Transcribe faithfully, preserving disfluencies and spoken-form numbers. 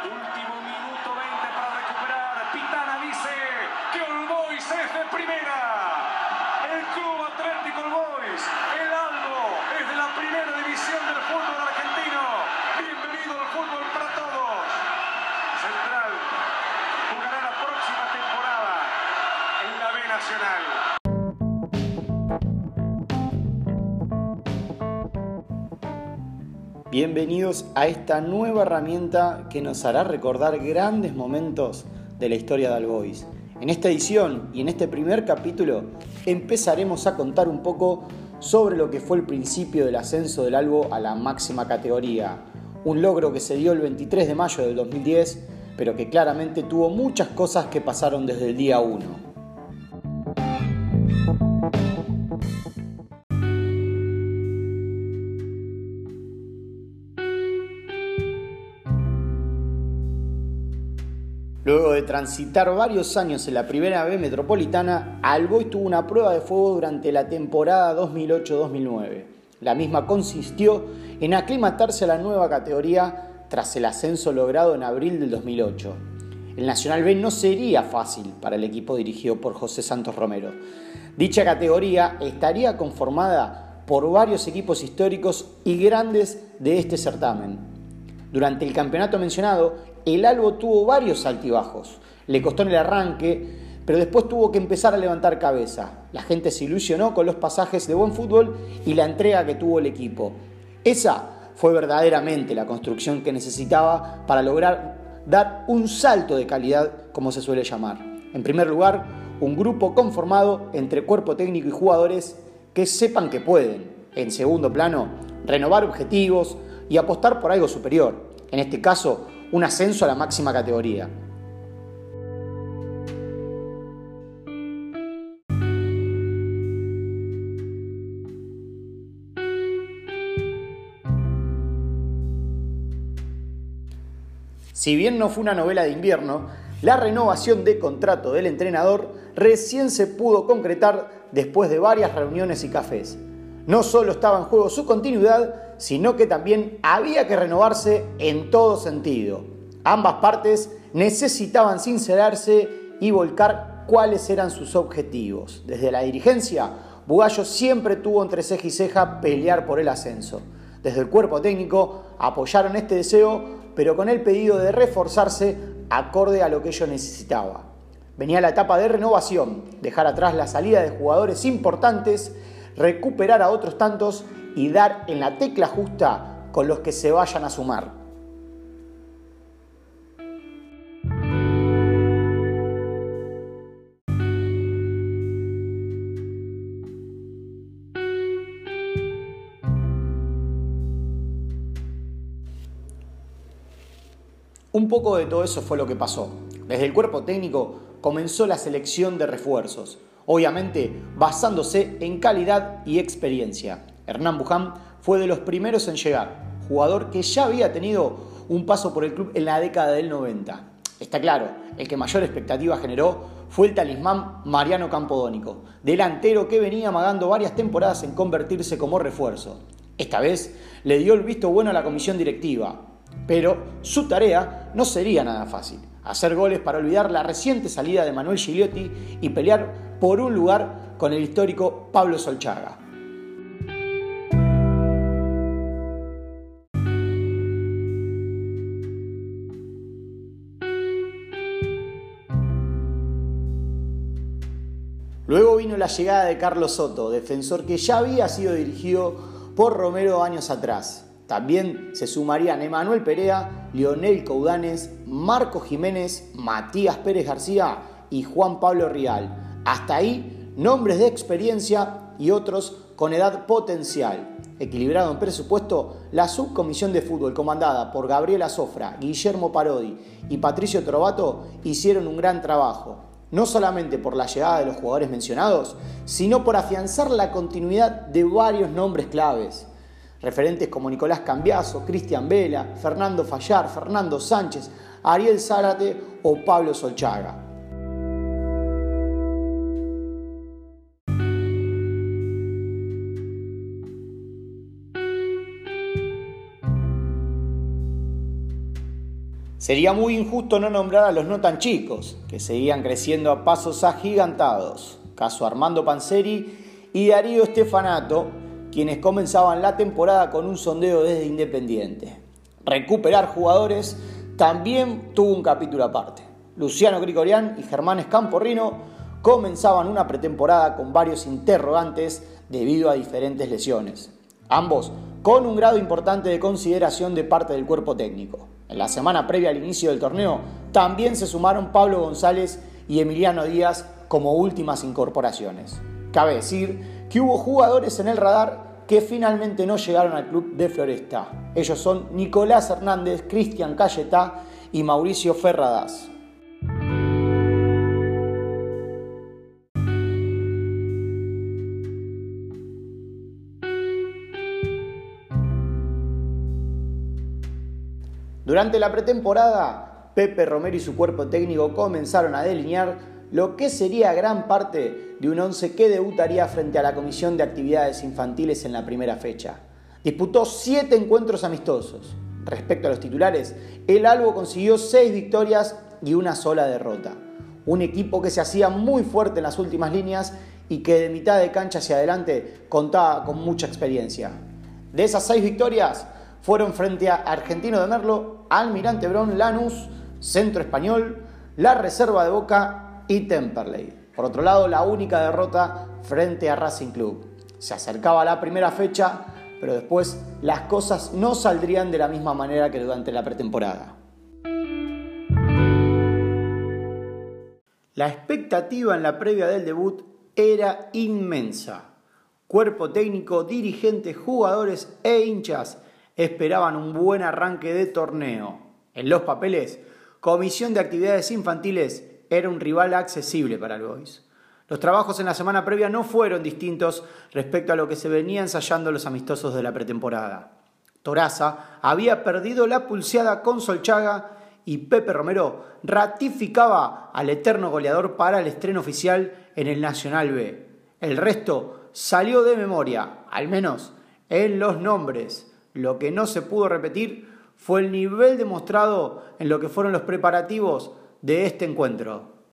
Último minuto veinte para recuperar. Pitana dice que All Boys es de primera. El Club Atlético All Boys, el Albo, es de la primera división del fútbol argentino. Bienvenido al fútbol para todos. Central jugará la próxima temporada en la B Nacional. Bienvenidos a esta nueva herramienta que nos hará recordar grandes momentos de la historia de All Boys. En esta edición y en este primer capítulo empezaremos a contar un poco sobre lo que fue el principio del ascenso del Albo a la máxima categoría. Un logro que se dio el veintitrés de mayo del dos mil diez, pero que claramente tuvo muchas cosas que pasaron desde el día uno. Luego de transitar varios años en la Primera B Metropolitana, All Boys tuvo una prueba de fuego durante la temporada dos mil ocho dos mil nueve. La misma consistió en aclimatarse a la nueva categoría tras el ascenso logrado en abril del dos mil ocho. El Nacional B no sería fácil para el equipo dirigido por José Santos Romero. Dicha categoría estaría conformada por varios equipos históricos y grandes de este certamen. Durante el campeonato mencionado, el Albo tuvo varios altibajos. Le costó en el arranque, pero después tuvo que empezar a levantar cabeza. La gente se ilusionó con los pasajes de buen fútbol y la entrega que tuvo el equipo. Esa fue verdaderamente la construcción que necesitaba para lograr dar un salto de calidad, como se suele llamar. En primer lugar, un grupo conformado entre cuerpo técnico y jugadores que sepan que pueden. En segundo plano, renovar objetivos y apostar por algo superior. En este caso, un ascenso a la máxima categoría. Si bien no fue una novela de invierno, la renovación de contrato del entrenador recién se pudo concretar después de varias reuniones y cafés. No solo estaba en juego su continuidad, sino que también había que renovarse en todo sentido. Ambas partes necesitaban sincerarse y volcar cuáles eran sus objetivos. Desde la dirigencia, Bugallo siempre tuvo entre ceja y ceja pelear por el ascenso. Desde el cuerpo técnico apoyaron este deseo, pero con el pedido de reforzarse acorde a lo que ello necesitaba. Venía la etapa de renovación, dejar atrás la salida de jugadores importantes, recuperar a otros tantos y dar en la tecla justa con los que se vayan a sumar. Un poco de todo eso fue lo que pasó. Desde el cuerpo técnico comenzó la selección de refuerzos, obviamente basándose en calidad y experiencia. Hernán Buján fue de los primeros en llegar, jugador que ya había tenido un paso por el club en la década del noventa. Está claro, el que mayor expectativa generó fue el talismán Mariano Campodónico, delantero que venía amagando varias temporadas en convertirse como refuerzo. Esta vez le dio el visto bueno a la comisión directiva, pero su tarea no sería nada fácil. Hacer goles para olvidar la reciente salida de Manuel Gigliotti y pelear por un lugar con el histórico Pablo Solchaga. Luego vino la llegada de Carlos Soto, defensor que ya había sido dirigido por Romero años atrás. También se sumarían Emanuel Perea, Lionel Coudanes, Marco Jiménez, Matías Pérez García y Juan Pablo Rial. Hasta ahí, nombres de experiencia y otros con edad potencial. Equilibrado en presupuesto, la subcomisión de fútbol comandada por Gabriela Sofra, Guillermo Parodi y Patricio Trovato hicieron un gran trabajo. No solamente por la llegada de los jugadores mencionados, sino por afianzar la continuidad de varios nombres claves. Referentes como Nicolás Cambiaso, Cristian Vela, Fernando Fallar, Fernando Sánchez, Ariel Zárate o Pablo Solchaga. Sería muy injusto no nombrar a los no tan chicos, que seguían creciendo a pasos agigantados, caso Armando Panzeri y Darío Stefanato, quienes comenzaban la temporada con un sondeo desde Independiente. Recuperar jugadores también tuvo un capítulo aparte. Luciano Grigorián y Germán Scamporrino comenzaban una pretemporada con varios interrogantes debido a diferentes lesiones, ambos con un grado importante de consideración de parte del cuerpo técnico. En la semana previa al inicio del torneo también se sumaron Pablo González y Emiliano Díaz como últimas incorporaciones. Cabe decir que hubo jugadores en el radar que finalmente no llegaron al club de Floresta. Ellos son Nicolás Hernández, Cristian Cayetá y Mauricio Ferradas. Durante la pretemporada, Pepe Romero y su cuerpo técnico comenzaron a delinear lo que sería gran parte de un once que debutaría frente a la Comisión de Actividades Infantiles en la primera fecha. Disputó siete encuentros amistosos. Respecto a los titulares, el Albo consiguió seis victorias y una sola derrota. Un equipo que se hacía muy fuerte en las últimas líneas y que de mitad de cancha hacia adelante contaba con mucha experiencia. De esas seis victorias, fueron frente a Argentino de Merlo, Almirante Brown, Lanús, Centro Español, la Reserva de Boca y Temperley. Por otro lado, la única derrota frente a Racing Club. Se acercaba la primera fecha, pero después las cosas no saldrían de la misma manera que durante la pretemporada. La expectativa en la previa del debut era inmensa. Cuerpo técnico, dirigentes, jugadores e hinchas esperaban un buen arranque de torneo. En los papeles, Comisión de Actividades Infantiles era un rival accesible para el Boys. Los trabajos en la semana previa no fueron distintos respecto a lo que se venía ensayando los amistosos de la pretemporada. Toraza había perdido la pulseada con Solchaga y Pepe Romero ratificaba al eterno goleador para el estreno oficial en el Nacional B. El resto salió de memoria, al menos en los nombres. Lo que no se pudo repetir fue el nivel demostrado en lo que fueron los preparativos de este encuentro.